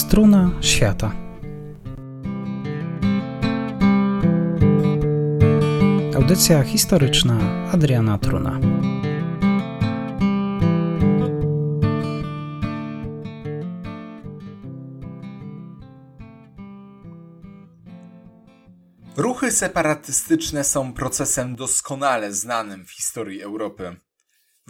Struna świata. Audycja historyczna Adriana Truna. Ruchy separatystyczne są procesem doskonale znanym w historii Europy. W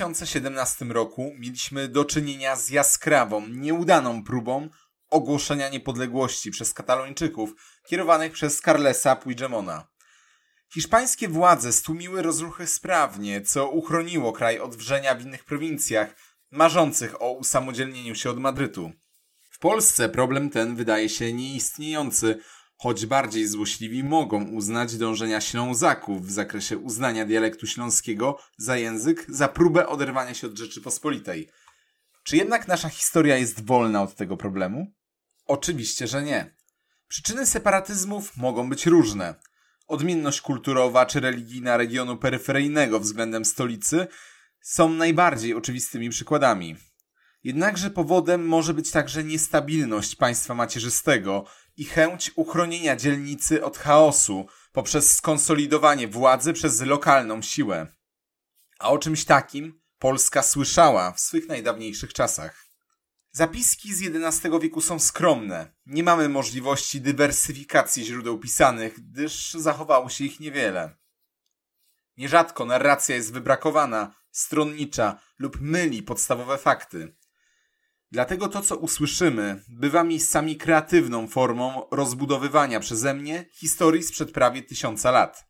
2017 roku mieliśmy do czynienia z jaskrawą, nieudaną próbą ogłoszenia niepodległości przez Katalończyków kierowanych przez Carlesa Puigdemona. Hiszpańskie władze stłumiły rozruchy sprawnie, co uchroniło kraj od wrzenia w innych prowincjach marzących o usamodzielnieniu się od Madrytu. W Polsce problem ten wydaje się nieistniejący, choć bardziej złośliwi mogą uznać dążenia Ślązaków w zakresie uznania dialektu śląskiego za język, za próbę oderwania się od Rzeczypospolitej. Czy jednak nasza historia jest wolna od tego problemu? Oczywiście, że nie. Przyczyny separatyzmów mogą być różne. Odmienność kulturowa czy religijna regionu peryferyjnego względem stolicy są najbardziej oczywistymi przykładami. Jednakże powodem może być także niestabilność państwa macierzystego i chęć uchronienia dzielnicy od chaosu poprzez skonsolidowanie władzy przez lokalną siłę. A o czymś takim Polska słyszała w swych najdawniejszych czasach. Zapiski z XI wieku są skromne. Nie mamy możliwości dywersyfikacji źródeł pisanych, gdyż zachowało się ich niewiele. Nierzadko narracja jest wybrakowana, stronnicza lub myli podstawowe fakty. Dlatego to, co usłyszymy, bywa miejscami kreatywną formą rozbudowywania przeze mnie historii sprzed prawie 1000 lat.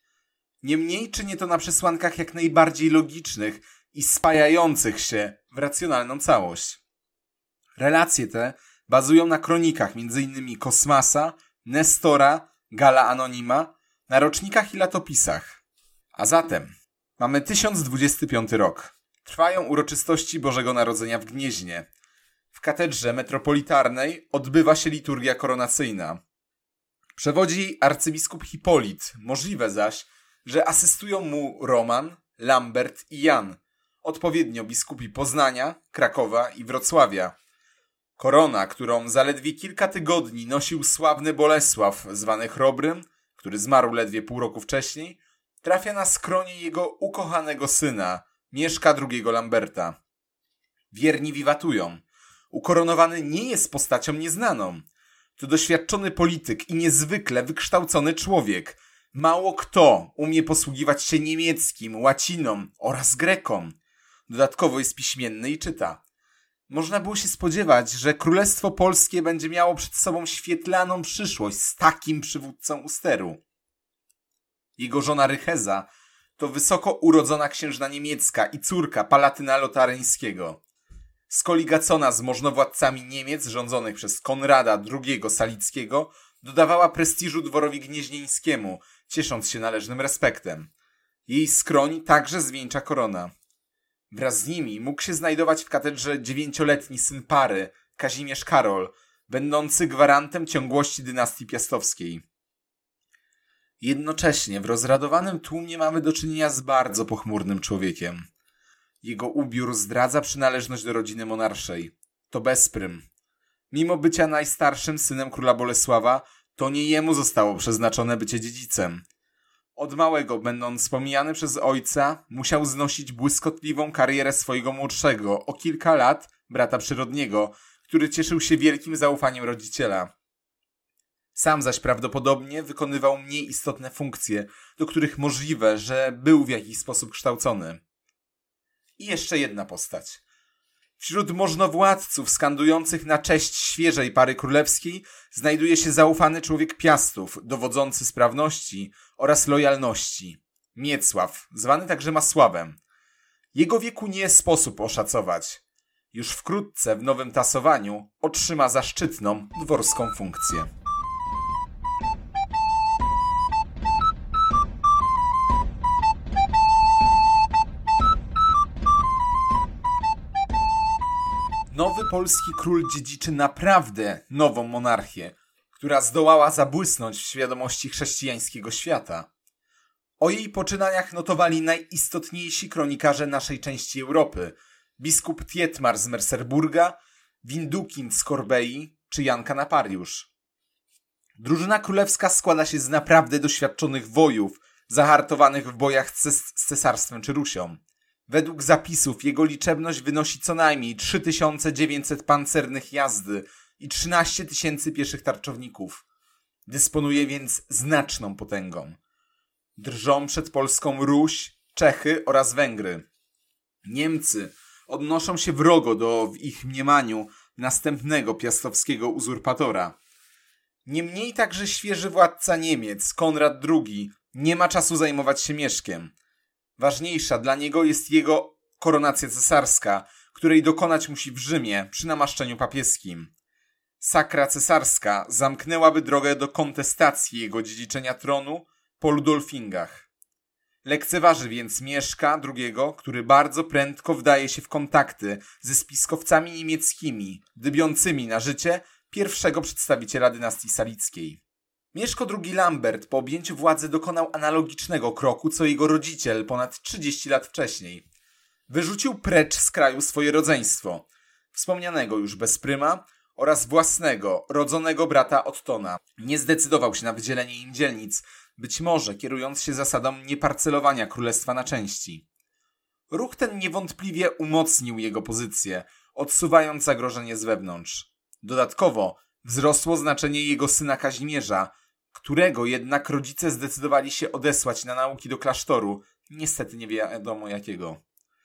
Niemniej czynię to na przesłankach jak najbardziej logicznych i spajających się w racjonalną całość. Relacje te bazują na kronikach m.in. Kosmasa, Nestora, Galla Anonima, na rocznikach i latopisach. A zatem mamy 1025 rok. Trwają uroczystości Bożego Narodzenia w Gnieźnie. W katedrze metropolitarnej odbywa się liturgia koronacyjna. Przewodzi arcybiskup Hipolit, możliwe zaś, że asystują mu Roman, Lambert i Jan, odpowiednio biskupi Poznania, Krakowa i Wrocławia. Korona, którą zaledwie kilka tygodni nosił sławny Bolesław, zwany Chrobrym, który zmarł ledwie pół roku wcześniej, trafia na skronie jego ukochanego syna, Mieszka II Lamberta. Wierni wiwatują. Ukoronowany nie jest postacią nieznaną. To doświadczony polityk i niezwykle wykształcony człowiek. Mało kto umie posługiwać się niemieckim, łaciną oraz greką. Dodatkowo jest piśmienny i czyta. Można było się spodziewać, że Królestwo Polskie będzie miało przed sobą świetlaną przyszłość z takim przywódcą u steru. Jego żona Rycheza to wysoko urodzona księżna niemiecka i córka Palatyna Lotaryńskiego. Skoligacona z możnowładcami Niemiec rządzonych przez Konrada II Salickiego, dodawała prestiżu dworowi gnieźnieńskiemu, ciesząc się należnym respektem. Jej skroń także zwieńcza korona. Wraz z nimi mógł się znajdować w katedrze 9-letni syn pary, Kazimierz Karol, będący gwarantem ciągłości dynastii piastowskiej. Jednocześnie w rozradowanym tłumie mamy do czynienia z bardzo pochmurnym człowiekiem. Jego ubiór zdradza przynależność do rodziny monarszej. To bezprym. Mimo bycia najstarszym synem króla Bolesława, to nie jemu zostało przeznaczone bycie dziedzicem. Od małego, będąc pomijany przez ojca, musiał znosić błyskotliwą karierę swojego młodszego, o kilka lat, brata przyrodniego, który cieszył się wielkim zaufaniem rodziciela. Sam zaś prawdopodobnie wykonywał mniej istotne funkcje, do których możliwe, że był w jakiś sposób kształcony. I jeszcze jedna postać. Wśród możnowładców skandujących na cześć świeżej pary królewskiej znajduje się zaufany człowiek Piastów, dowodzący sprawności oraz lojalności. Miecław, zwany także Masławem. Jego wieku nie sposób oszacować. Już wkrótce w nowym tasowaniu otrzyma zaszczytną dworską funkcję. Nowy polski król dziedziczy naprawdę nową monarchię, która zdołała zabłysnąć w świadomości chrześcijańskiego świata. O jej poczynaniach notowali najistotniejsi kronikarze naszej części Europy, biskup Thietmar z Merseburga, Windukind z Korbei czy Jan Kanapariusz. Drużyna królewska składa się z naprawdę doświadczonych wojów, zahartowanych w bojach z cesarstwem czy Rusią. Według zapisów jego liczebność wynosi co najmniej 3900 pancernych jazdy i 13 000 pieszych tarczowników. Dysponuje więc znaczną potęgą. Drżą przed Polską Ruś, Czechy oraz Węgry. Niemcy odnoszą się wrogo do, w ich mniemaniu, następnego piastowskiego uzurpatora. Niemniej także świeży władca Niemiec, Konrad II, nie ma czasu zajmować się Mieszkiem. Ważniejsza dla niego jest jego koronacja cesarska, której dokonać musi w Rzymie przy namaszczeniu papieskim. Sakra cesarska zamknęłaby drogę do kontestacji jego dziedziczenia tronu po Ludolfingach. Lekceważy więc Mieszka II, który bardzo prędko wdaje się w kontakty ze spiskowcami niemieckimi, dybiącymi na życie pierwszego przedstawiciela dynastii salickiej. Mieszko II Lambert po objęciu władzy dokonał analogicznego kroku, co jego rodziciel ponad 30 lat wcześniej. Wyrzucił precz z kraju swoje rodzeństwo, wspomnianego już bezpryma oraz własnego, rodzonego brata Ottona. Nie zdecydował się na wydzielenie im dzielnic, być może kierując się zasadą nieparcelowania królestwa na części. Ruch ten niewątpliwie umocnił jego pozycję, odsuwając zagrożenie z wewnątrz. Dodatkowo wzrosło znaczenie jego syna Kazimierza, którego jednak rodzice zdecydowali się odesłać na nauki do klasztoru, niestety nie wiadomo jakiego.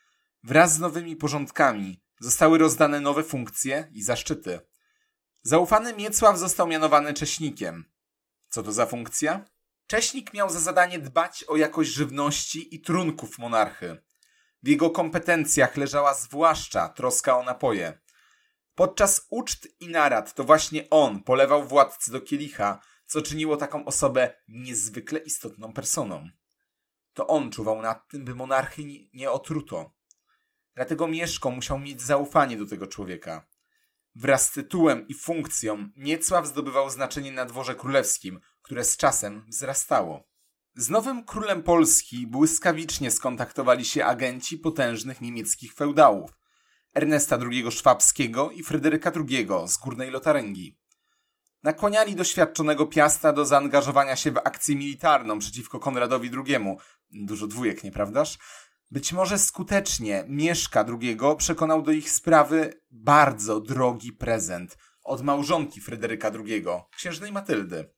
Wraz z nowymi porządkami zostały rozdane nowe funkcje i zaszczyty. Zaufany Miecław został mianowany cześnikiem. Co to za funkcja? Cześnik miał za zadanie dbać o jakość żywności i trunków monarchy. W jego kompetencjach leżała zwłaszcza troska o napoje. Podczas uczt i narad to właśnie on polewał władcy do kielicha, co czyniło taką osobę niezwykle istotną personą. To on czuwał nad tym, by monarchy nie otruto. Dlatego Mieszko musiał mieć zaufanie do tego człowieka. Wraz z tytułem i funkcją Miecław zdobywał znaczenie na dworze królewskim, które z czasem wzrastało. Z nowym królem Polski błyskawicznie skontaktowali się agenci potężnych niemieckich feudałów, Ernesta II Szwabskiego i Fryderyka II z Górnej Lotaryngii. Nakłaniali doświadczonego Piasta do zaangażowania się w akcję militarną przeciwko Konradowi II. Dużo dwójek, nieprawdaż? Być może skutecznie Mieszka II przekonał do ich sprawy bardzo drogi prezent od małżonki Fryderyka II, księżnej Matyldy.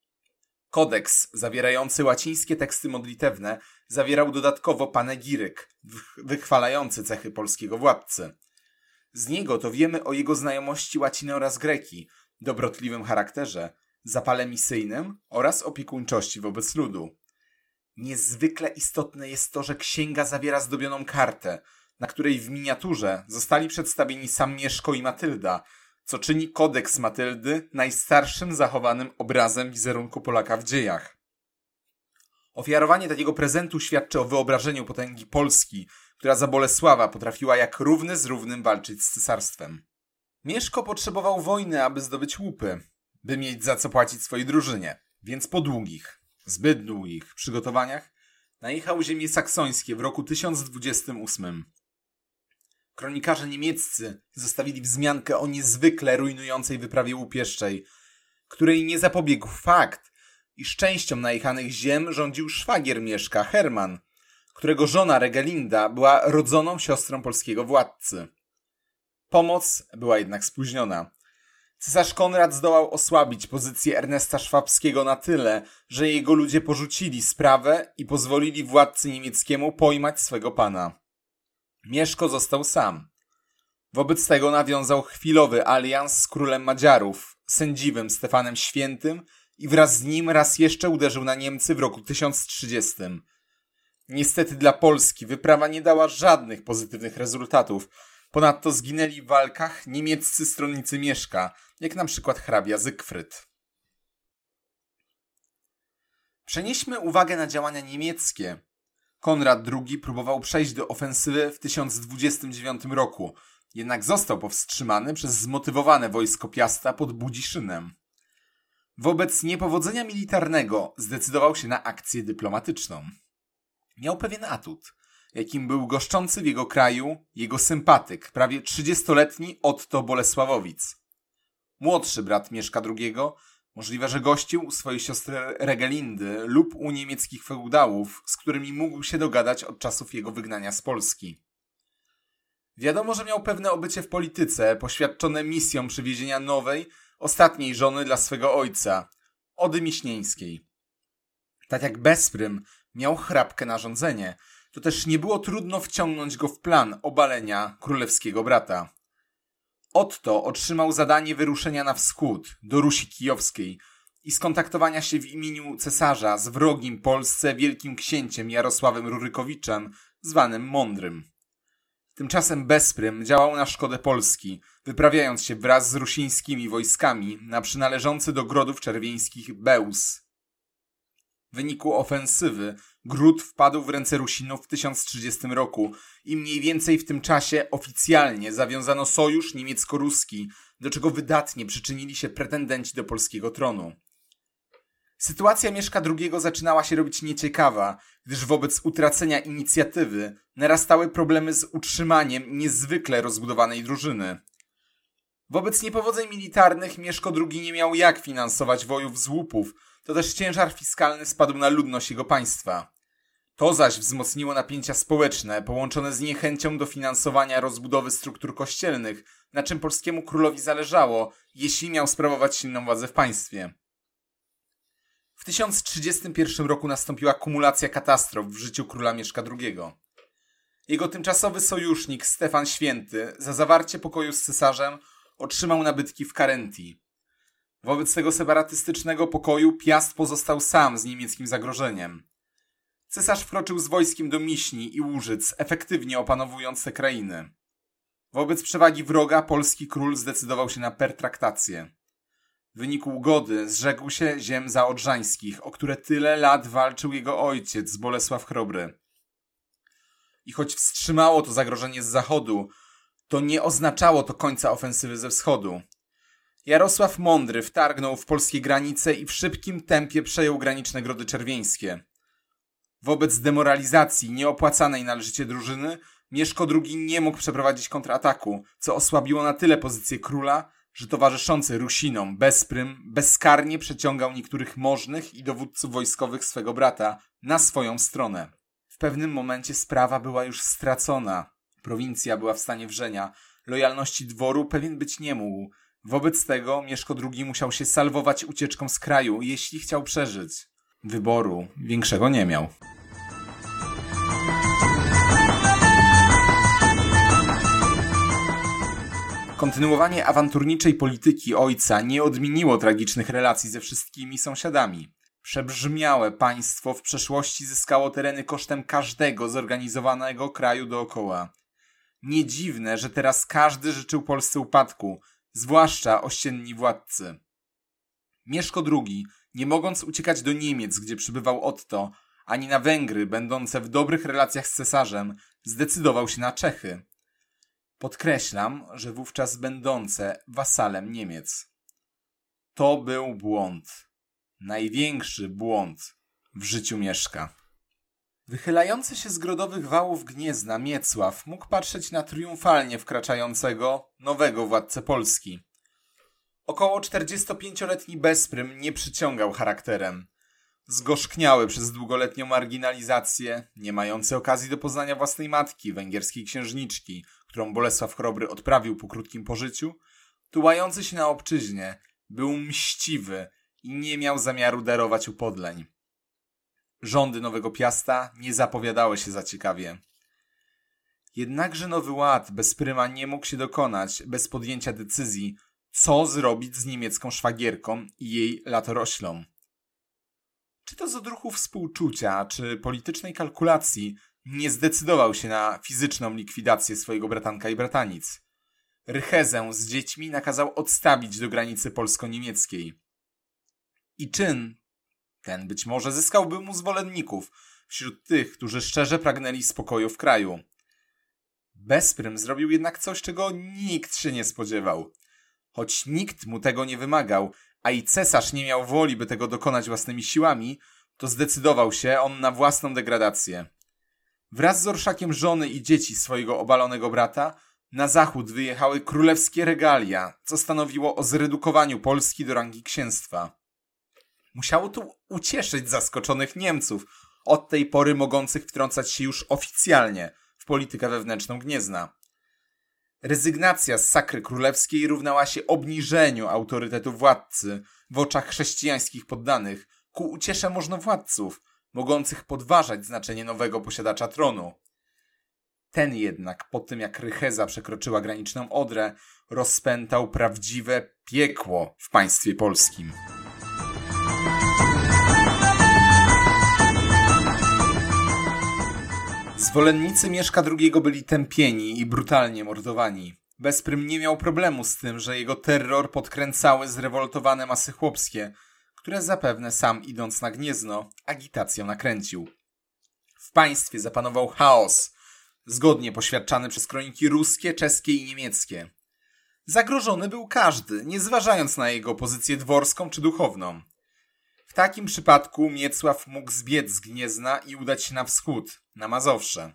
Kodeks zawierający łacińskie teksty modlitewne zawierał dodatkowo panegiryk wychwalający cechy polskiego władcy. Z niego to wiemy o jego znajomości łaciny oraz greki, dobrotliwym charakterze, zapale misyjnym oraz opiekuńczości wobec ludu. Niezwykle istotne jest to, że księga zawiera zdobioną kartę, na której w miniaturze zostali przedstawieni sam Mieszko i Matylda, co czyni kodeks Matyldy najstarszym zachowanym obrazem wizerunku Polaka w dziejach. Ofiarowanie takiego prezentu świadczy o wyobrażeniu potęgi Polski, która za Bolesława potrafiła jak równy z równym walczyć z cesarstwem. Mieszko potrzebował wojny, aby zdobyć łupy, by mieć za co płacić swojej drużynie, więc po długich, zbyt długich przygotowaniach najechał ziemie saksońskie w roku 1028. Kronikarze niemieccy zostawili wzmiankę o niezwykle rujnującej wyprawie łupieszczej, której nie zapobiegł fakt, iż częścią najechanych ziem rządził szwagier Mieszka, Herman, którego żona Regelinda była rodzoną siostrą polskiego władcy. Pomoc była jednak spóźniona. Cesarz Konrad zdołał osłabić pozycję Ernesta Szwabskiego na tyle, że jego ludzie porzucili sprawę i pozwolili władcy niemieckiemu pojmać swego pana. Mieszko został sam. Wobec tego nawiązał chwilowy alians z królem Madziarów, sędziwym Stefanem Świętym i wraz z nim raz jeszcze uderzył na Niemcy w roku 1030. Niestety dla Polski wyprawa nie dała żadnych pozytywnych rezultatów. Ponadto zginęli w walkach niemieccy stronnicy Mieszka, jak na przykład hrabia Zygfryd. Przenieśmy uwagę na działania niemieckie. Konrad II próbował przejść do ofensywy w 1029 roku, jednak został powstrzymany przez zmotywowane wojsko Piasta pod Budziszynem. Wobec niepowodzenia militarnego zdecydował się na akcję dyplomatyczną. Miał pewien atut. jakim był goszczący w jego kraju jego sympatyk, prawie 30-letni Otto Bolesławowic. Młodszy brat Mieszka II możliwe, że gościł u swojej siostry Regelindy lub u niemieckich feudałów, z którymi mógł się dogadać od czasów jego wygnania z Polski. Wiadomo, że miał pewne obycie w polityce, poświadczone misją przywiezienia nowej, ostatniej żony dla swego ojca, Ody Miśnieńskiej. Tak jak Besprym miał chrapkę na rządzenie, to też nie było trudno wciągnąć go w plan obalenia królewskiego brata. Otto otrzymał zadanie wyruszenia na wschód, do Rusi Kijowskiej i skontaktowania się w imieniu cesarza z wrogim Polsce wielkim księciem Jarosławem Rurykowiczem, zwanym Mądrym. Tymczasem Besprym działał na szkodę Polski, wyprawiając się wraz z rusińskimi wojskami na przynależący do Grodów Czerwieńskich Bełz. W wyniku ofensywy Gród wpadł w ręce Rusinów w 1030 roku i mniej więcej w tym czasie oficjalnie zawiązano sojusz niemiecko-ruski, do czego wydatnie przyczynili się pretendenci do polskiego tronu. Sytuacja Mieszka II zaczynała się robić nieciekawa, gdyż wobec utracenia inicjatywy narastały problemy z utrzymaniem niezwykle rozbudowanej drużyny. Wobec niepowodzeń militarnych Mieszko II nie miał jak finansować wojów z łupów, to też ciężar fiskalny spadł na ludność jego państwa. To zaś wzmocniło napięcia społeczne, połączone z niechęcią do finansowania rozbudowy struktur kościelnych, na czym polskiemu królowi zależało, jeśli miał sprawować silną władzę w państwie. W 1031 roku nastąpiła kumulacja katastrof w życiu króla Mieszka II. Jego tymczasowy sojusznik Stefan Święty za zawarcie pokoju z cesarzem otrzymał nabytki w Karentii. Wobec tego separatystycznego pokoju Piast pozostał sam z niemieckim zagrożeniem. Cesarz wkroczył z wojskiem do Miśni i Łużyc, efektywnie opanowując te krainy. Wobec przewagi wroga polski król zdecydował się na pertraktację. W wyniku ugody zrzekł się ziem zaodrzańskich, o które tyle lat walczył jego ojciec Bolesław Chrobry. I choć wstrzymało to zagrożenie z zachodu, to nie oznaczało to końca ofensywy ze wschodu. Jarosław Mądry wtargnął w polskie granice i w szybkim tempie przejął graniczne Grody Czerwieńskie. Wobec demoralizacji nieopłacanej należycie drużyny Mieszko II nie mógł przeprowadzić kontrataku, co osłabiło na tyle pozycję króla, że towarzyszący Rusinom Besprym bezkarnie przeciągał niektórych możnych i dowódców wojskowych swego brata na swoją stronę. W pewnym momencie sprawa była już stracona. Prowincja była w stanie wrzenia. Lojalności dworu pewien być nie mógł. Wobec tego Mieszko II musiał się salwować ucieczką z kraju, jeśli chciał przeżyć. Wyboru większego nie miał. Kontynuowanie awanturniczej polityki ojca nie odmieniło tragicznych relacji ze wszystkimi sąsiadami. Przebrzmiałe państwo w przeszłości zyskało tereny kosztem każdego zorganizowanego kraju dookoła. Nie dziwne, że teraz każdy życzył Polsce upadku, zwłaszcza ościenni władcy. Mieszko II, nie mogąc uciekać do Niemiec, gdzie przybywał Otto, ani na Węgry, będące w dobrych relacjach z cesarzem, zdecydował się na Czechy. Podkreślam, że wówczas będące wasalem Niemiec. To był błąd. Największy błąd w życiu Mieszka. Wychylający się z grodowych wałów Gniezna Miecław mógł patrzeć na triumfalnie wkraczającego nowego władcę Polski. Około 45-letni Besprym nie przyciągał charakterem. Zgorzkniały przez długoletnią marginalizację, nie mający okazji do poznania własnej matki, węgierskiej księżniczki, którą Bolesław Chrobry odprawił po krótkim pożyciu, tułający się na obczyźnie, był mściwy i nie miał zamiaru darować upodleń. Rządy Nowego Piasta nie zapowiadały się za ciekawie. Jednakże Nowy Ład Bespryma nie mógł się dokonać bez podjęcia decyzji, co zrobić z niemiecką szwagierką i jej latoroślą. Czy to z odruchu współczucia, czy politycznej kalkulacji, nie zdecydował się na fizyczną likwidację swojego bratanka i bratanic. Rychezę z dziećmi nakazał odstawić do granicy polsko-niemieckiej. I czyn ten być może zyskałby mu zwolenników wśród tych, którzy szczerze pragnęli spokoju w kraju. Besprym zrobił jednak coś, czego nikt się nie spodziewał. Choć nikt mu tego nie wymagał, a i cesarz nie miał woli, by tego dokonać własnymi siłami, to zdecydował się on na własną degradację. Wraz z orszakiem żony i dzieci swojego obalonego brata na zachód wyjechały królewskie regalia, co stanowiło o zredukowaniu Polski do rangi księstwa. Musiało to ucieszyć zaskoczonych Niemców, od tej pory mogących wtrącać się już oficjalnie w politykę wewnętrzną Gniezna. Rezygnacja z sakry królewskiej równała się obniżeniu autorytetu władcy w oczach chrześcijańskich poddanych ku uciesze możnowładców, mogących podważać znaczenie nowego posiadacza tronu. Ten jednak, po tym jak Rycheza przekroczyła graniczną Odrę, rozpętał prawdziwe piekło w państwie polskim. Zwolennicy Mieszka II byli tępieni i brutalnie mordowani. Bezprym nie miał problemu z tym, że jego terror podkręcały zrewoltowane masy chłopskie, które zapewne sam idąc na Gniezno agitację nakręcił. W państwie zapanował chaos, zgodnie poświadczany przez kroniki ruskie, czeskie i niemieckie. Zagrożony był każdy, nie zważając na jego pozycję dworską czy duchowną. W takim przypadku Miecław mógł zbiec z Gniezna i udać się na wschód, na Mazowsze.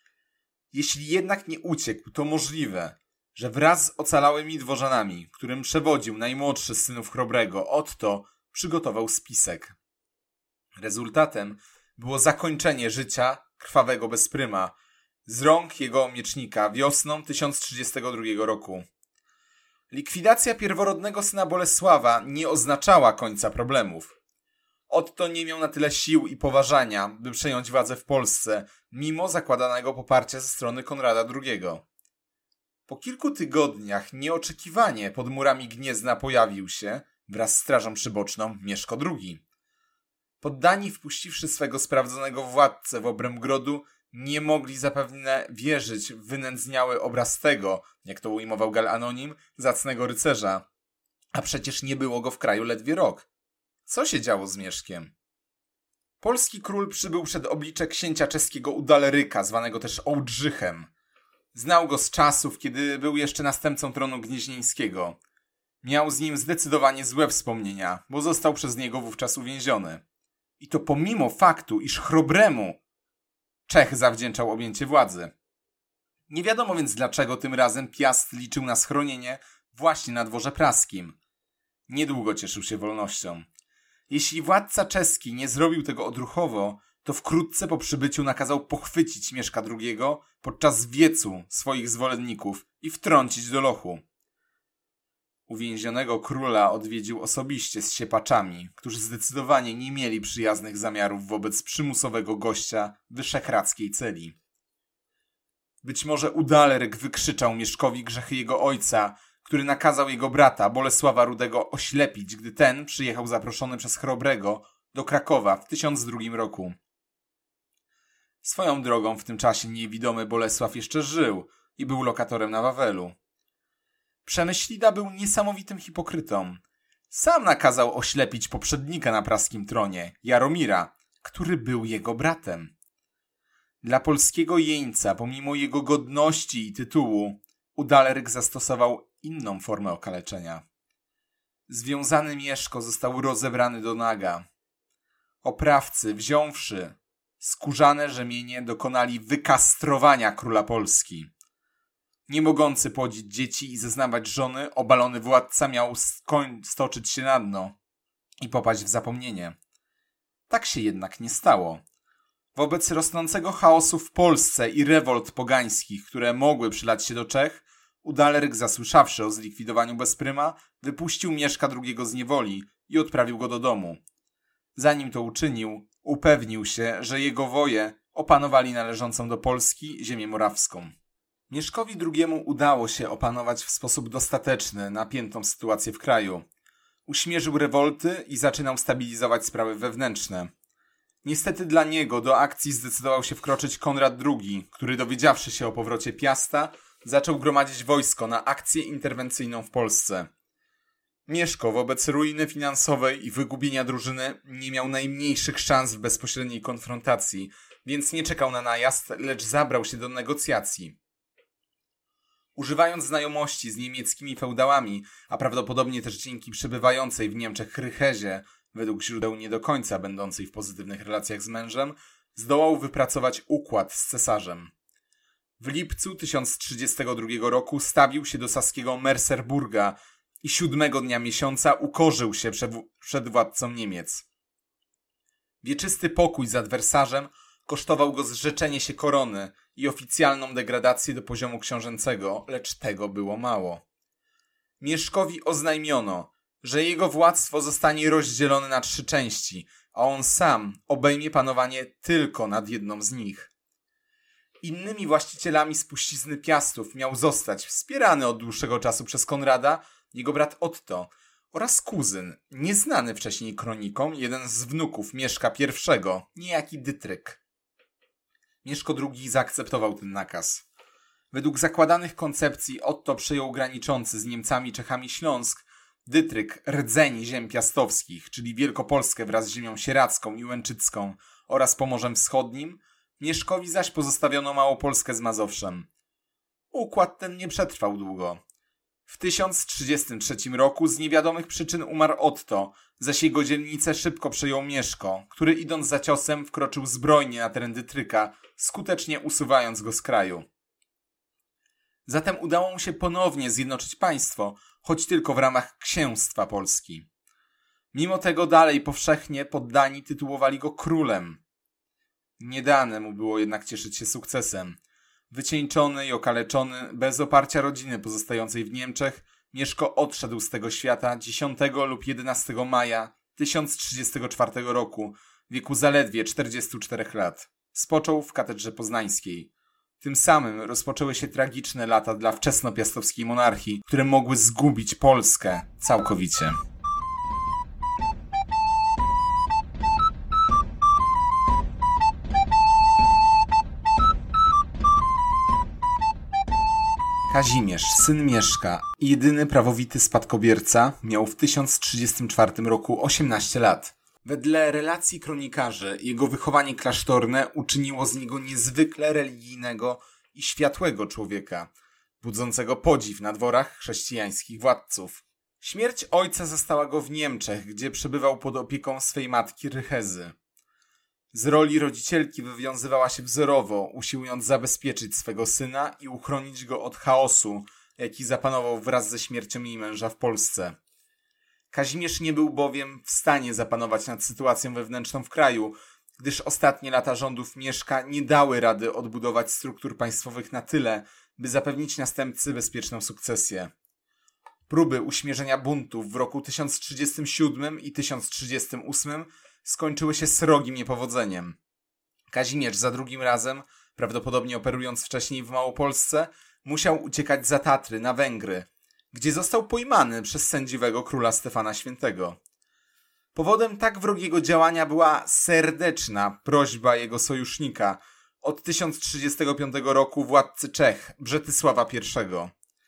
Jeśli jednak nie uciekł, to możliwe, że wraz z ocalałymi dworzanami, którym przewodził najmłodszy z synów Chrobrego, Otto, przygotował spisek. Rezultatem było zakończenie życia krwawego bezpryma z rąk jego miecznika wiosną 1032 roku. Likwidacja pierworodnego syna Bolesława nie oznaczała końca problemów. Otto nie miał na tyle sił i poważania, by przejąć władzę w Polsce, mimo zakładanego poparcia ze strony Konrada II. Po kilku tygodniach nieoczekiwanie pod murami Gniezna pojawił się, wraz z strażą przyboczną, Mieszko II. Poddani, wpuściwszy swego sprawdzonego władcę w obręb grodu, nie mogli zapewne wierzyć w wynędzniały obraz tego, jak to ujmował Gal Anonim, zacnego rycerza. A przecież nie było go w kraju ledwie rok. Co się działo z Mieszkiem? Polski król przybył przed oblicze księcia czeskiego Udaleryka, zwanego też Ołdrzychem. Znał go z czasów, kiedy był jeszcze następcą tronu gnieźnieńskiego. Miał z nim zdecydowanie złe wspomnienia, bo został przez niego wówczas uwięziony. I to pomimo faktu, iż Chrobremu Czech zawdzięczał objęcie władzy. Nie wiadomo więc dlaczego tym razem Piast liczył na schronienie właśnie na dworze praskim. Niedługo cieszył się wolnością. Jeśli władca czeski nie zrobił tego odruchowo, to wkrótce po przybyciu nakazał pochwycić Mieszka II podczas wiecu swoich zwolenników i wtrącić do lochu. Uwięzionego króla odwiedził osobiście z siepaczami, którzy zdecydowanie nie mieli przyjaznych zamiarów wobec przymusowego gościa wyszehradzkiej celi. Być może Udaleryk wykrzyczał Mieszkowi grzechy jego ojca, który nakazał jego brata, Bolesława Rudego, oślepić, gdy ten przyjechał zaproszony przez Chrobrego do Krakowa w 1002 roku. Swoją drogą w tym czasie niewidomy Bolesław jeszcze żył i był lokatorem na Wawelu. Przemyślida był niesamowitym hipokrytą. Sam nakazał oślepić poprzednika na praskim tronie, Jaromira, który był jego bratem. Dla polskiego jeńca, pomimo jego godności i tytułu, Udaleryk zastosował inną formę okaleczenia. Związany Mieszko został rozebrany do naga. Oprawcy, wziąwszy skórzane rzemienie, dokonali wykastrowania króla Polski. Nie mogący płodzić dzieci i zeznawać żony, obalony władca miał stoczyć się na dno i popaść w zapomnienie. Tak się jednak nie stało. Wobec rosnącego chaosu w Polsce i rewolt pogańskich, które mogły przylać się do Czech, Udaleryk, zasłyszawszy o zlikwidowaniu bezpryma, wypuścił Mieszka II z niewoli i odprawił go do domu. Zanim to uczynił, upewnił się, że jego woje opanowali należącą do Polski ziemię morawską. Mieszkowi II udało się opanować w sposób dostateczny napiętą sytuację w kraju. Uśmierzył rewolty i zaczynał stabilizować sprawy wewnętrzne. Niestety dla niego do akcji zdecydował się wkroczyć Konrad II, który dowiedziawszy się o powrocie Piasta, zaczął gromadzić wojsko na akcję interwencyjną w Polsce. Mieszko wobec ruiny finansowej i wygubienia drużyny nie miał najmniejszych szans w bezpośredniej konfrontacji, więc nie czekał na najazd, lecz zabrał się do negocjacji. Używając znajomości z niemieckimi feudałami, a prawdopodobnie też dzięki przebywającej w Niemczech Rychezie, według źródeł nie do końca będącej w pozytywnych relacjach z mężem, zdołał wypracować układ z cesarzem. W lipcu 1032 roku stawił się do saskiego Merseburga i 7 dnia miesiąca ukorzył się przed władcą Niemiec. Wieczysty pokój z adwersarzem kosztował go zrzeczenie się korony i oficjalną degradację do poziomu książęcego, lecz tego było mało. Mieszkowi oznajmiono, że jego władztwo zostanie rozdzielone na 3 części, a on sam obejmie panowanie tylko nad jedną z nich. Innymi właścicielami spuścizny Piastów miał zostać wspierany od dłuższego czasu przez Konrada, jego brat Otto oraz kuzyn, nieznany wcześniej kronikom, jeden z wnuków Mieszka I, niejaki Dytryk. Mieszko II zaakceptował ten nakaz. Według zakładanych koncepcji Otto przejął graniczący z Niemcami Czechami Śląsk, Dytryk rdzeń ziem piastowskich, czyli Wielkopolskę wraz z ziemią sieradzką i łęczycką oraz Pomorzem Wschodnim, Mieszkowi zaś pozostawiono Małopolskę z Mazowszem. Układ ten nie przetrwał długo. W 1033 roku z niewiadomych przyczyn umarł Otto, zaś jego dzielnicę szybko przejął Mieszko, który idąc za ciosem wkroczył zbrojnie na teren Dytryka, skutecznie usuwając go z kraju. Zatem udało mu się ponownie zjednoczyć państwo, choć tylko w ramach księstwa Polski. Mimo tego dalej powszechnie poddani tytułowali go królem. Nie dane mu było jednak cieszyć się sukcesem. Wycieńczony i okaleczony, bez oparcia rodziny pozostającej w Niemczech, Mieszko odszedł z tego świata 10 lub 11 maja 1034 roku, w wieku zaledwie 44 lat. Spoczął w katedrze poznańskiej. Tym samym rozpoczęły się tragiczne lata dla wczesnopiastowskiej monarchii, które mogły zgubić Polskę całkowicie. Kazimierz, syn Mieszka i jedyny prawowity spadkobierca, miał w 1034 roku 18 lat. Wedle relacji kronikarzy, jego wychowanie klasztorne uczyniło z niego niezwykle religijnego i światłego człowieka, budzącego podziw na dworach chrześcijańskich władców. Śmierć ojca zastała go w Niemczech, gdzie przebywał pod opieką swej matki Rychezy. Z roli rodzicielki wywiązywała się wzorowo, usiłując zabezpieczyć swego syna i uchronić go od chaosu, jaki zapanował wraz ze śmiercią jej męża w Polsce. Kazimierz nie był bowiem w stanie zapanować nad sytuacją wewnętrzną w kraju, gdyż ostatnie lata rządów Mieszka nie dały rady odbudować struktur państwowych na tyle, by zapewnić następcy bezpieczną sukcesję. Próby uśmierzenia buntów w roku 1037 i 1038 skończyły się srogim niepowodzeniem. Kazimierz za drugim razem, prawdopodobnie operując wcześniej w Małopolsce, musiał uciekać za Tatry na Węgry, gdzie został pojmany przez sędziwego króla Stefana Świętego. Powodem tak wrogiego działania była serdeczna prośba jego sojusznika, od 1035 roku władcy Czech, Brzetysława I.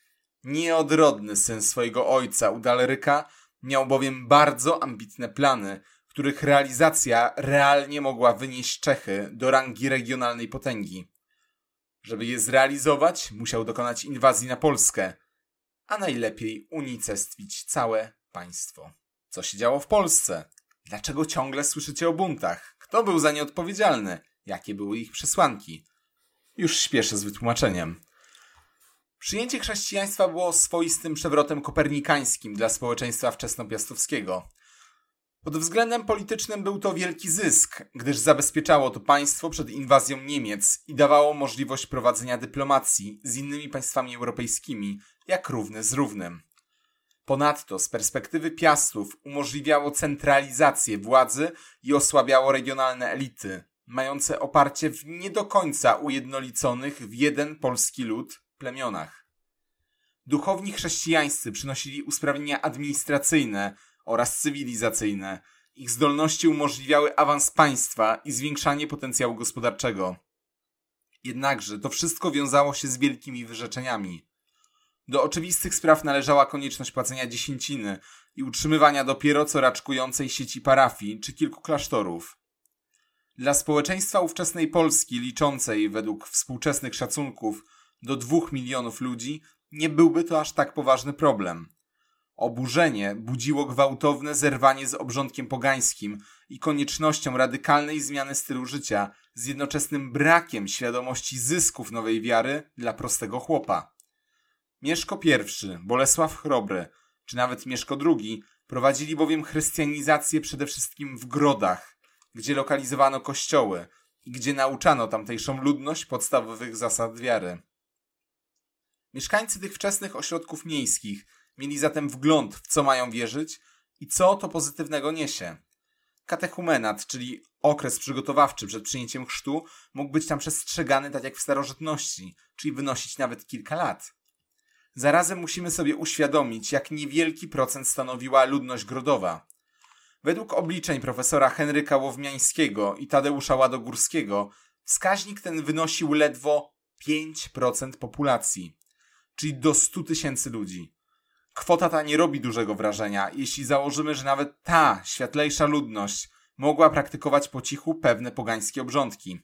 Nieodrodny syn swojego ojca, Udalryka, miał bowiem bardzo ambitne plany, których realizacja realnie mogła wynieść Czechy do rangi regionalnej potęgi. Żeby je zrealizować, musiał dokonać inwazji na Polskę, a najlepiej unicestwić całe państwo. Co się działo w Polsce? Dlaczego ciągle słyszycie o buntach? Kto był za nie odpowiedzialny? Jakie były ich przesłanki? Już śpieszę z wytłumaczeniem. Przyjęcie chrześcijaństwa było swoistym przewrotem kopernikańskim dla społeczeństwa wczesnopiastowskiego. Pod względem politycznym był to wielki zysk, gdyż zabezpieczało to państwo przed inwazją Niemiec i dawało możliwość prowadzenia dyplomacji z innymi państwami europejskimi, jak równy z równym. Ponadto z perspektywy Piastów umożliwiało centralizację władzy i osłabiało regionalne elity, mające oparcie w nie do końca ujednoliconych w jeden polski lud plemionach. Duchowni chrześcijańscy przynosili usprawnienia administracyjne oraz cywilizacyjne. Ich zdolności umożliwiały awans państwa i zwiększanie potencjału gospodarczego. Jednakże to wszystko wiązało się z wielkimi wyrzeczeniami. Do oczywistych spraw należała konieczność płacenia dziesięciny i utrzymywania dopiero co raczkującej sieci parafii czy kilku klasztorów. Dla społeczeństwa ówczesnej Polski, liczącej według współczesnych szacunków do 2 milionów ludzi, nie byłby to aż tak poważny problem. Oburzenie budziło gwałtowne zerwanie z obrządkiem pogańskim i koniecznością radykalnej zmiany stylu życia z jednoczesnym brakiem świadomości zysków nowej wiary dla prostego chłopa. Mieszko I, Bolesław Chrobry, czy nawet Mieszko II prowadzili bowiem chrystianizację przede wszystkim w grodach, gdzie lokalizowano kościoły i gdzie nauczano tamtejszą ludność podstawowych zasad wiary. Mieszkańcy tych wczesnych ośrodków miejskich mieli zatem wgląd w co mają wierzyć i co to pozytywnego niesie. Katechumenat, czyli okres przygotowawczy przed przyjęciem chrztu, mógł być tam przestrzegany tak jak w starożytności, czyli wynosić nawet kilka lat. Zarazem musimy sobie uświadomić, jak niewielki procent stanowiła ludność grodowa. Według obliczeń profesora Henryka Łowmiańskiego i Tadeusza Ładogórskiego wskaźnik ten wynosił ledwo 5% populacji, czyli do 100 000 ludzi. Kwota ta nie robi dużego wrażenia, jeśli założymy, że nawet ta światlejsza ludność mogła praktykować po cichu pewne pogańskie obrządki.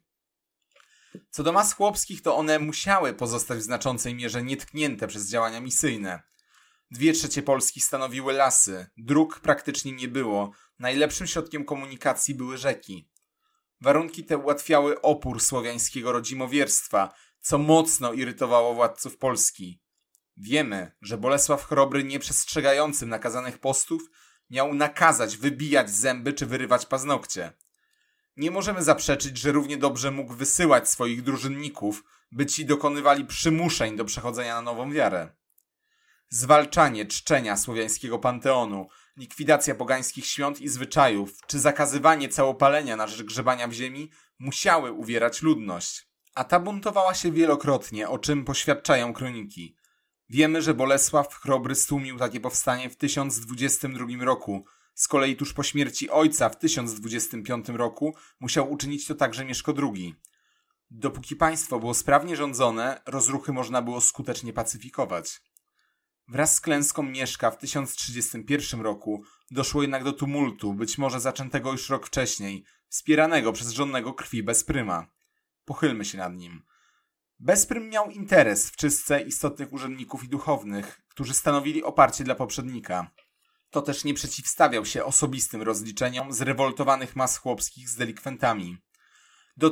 Co do mas chłopskich, to one musiały pozostać w znaczącej mierze nietknięte przez działania misyjne. 2/3 Polski stanowiły lasy, dróg praktycznie nie było, najlepszym środkiem komunikacji były rzeki. Warunki te ułatwiały opór słowiańskiego rodzimowierstwa, co mocno irytowało władców Polski. Wiemy, że Bolesław Chrobry, nieprzestrzegającym nakazanych postów, miał nakazać wybijać zęby czy wyrywać paznokcie. Nie możemy zaprzeczyć, że równie dobrze mógł wysyłać swoich drużynników, by ci dokonywali przymuszeń do przechodzenia na nową wiarę. Zwalczanie czczenia słowiańskiego panteonu, likwidacja pogańskich świąt i zwyczajów, czy zakazywanie całopalenia na rzecz grzebania w ziemi musiały uwierać ludność. A ta buntowała się wielokrotnie, o czym poświadczają kroniki. Wiemy, że Bolesław Chrobry stłumił takie powstanie w 1022 roku. Z kolei tuż po śmierci ojca w 1025 roku musiał uczynić to także Mieszko II. Dopóki państwo było sprawnie rządzone, rozruchy można było skutecznie pacyfikować. Wraz z klęską Mieszka w 1031 roku doszło jednak do tumultu, być może zaczętego już rok wcześniej, wspieranego przez żonnego krwi Bezpryma. Pochylmy się nad nim. Bezprym miał interes w czystce istotnych urzędników i duchownych, którzy stanowili oparcie dla poprzednika. To też nie przeciwstawiał się osobistym rozliczeniom zrewoltowanych mas chłopskich z delikwentami. Do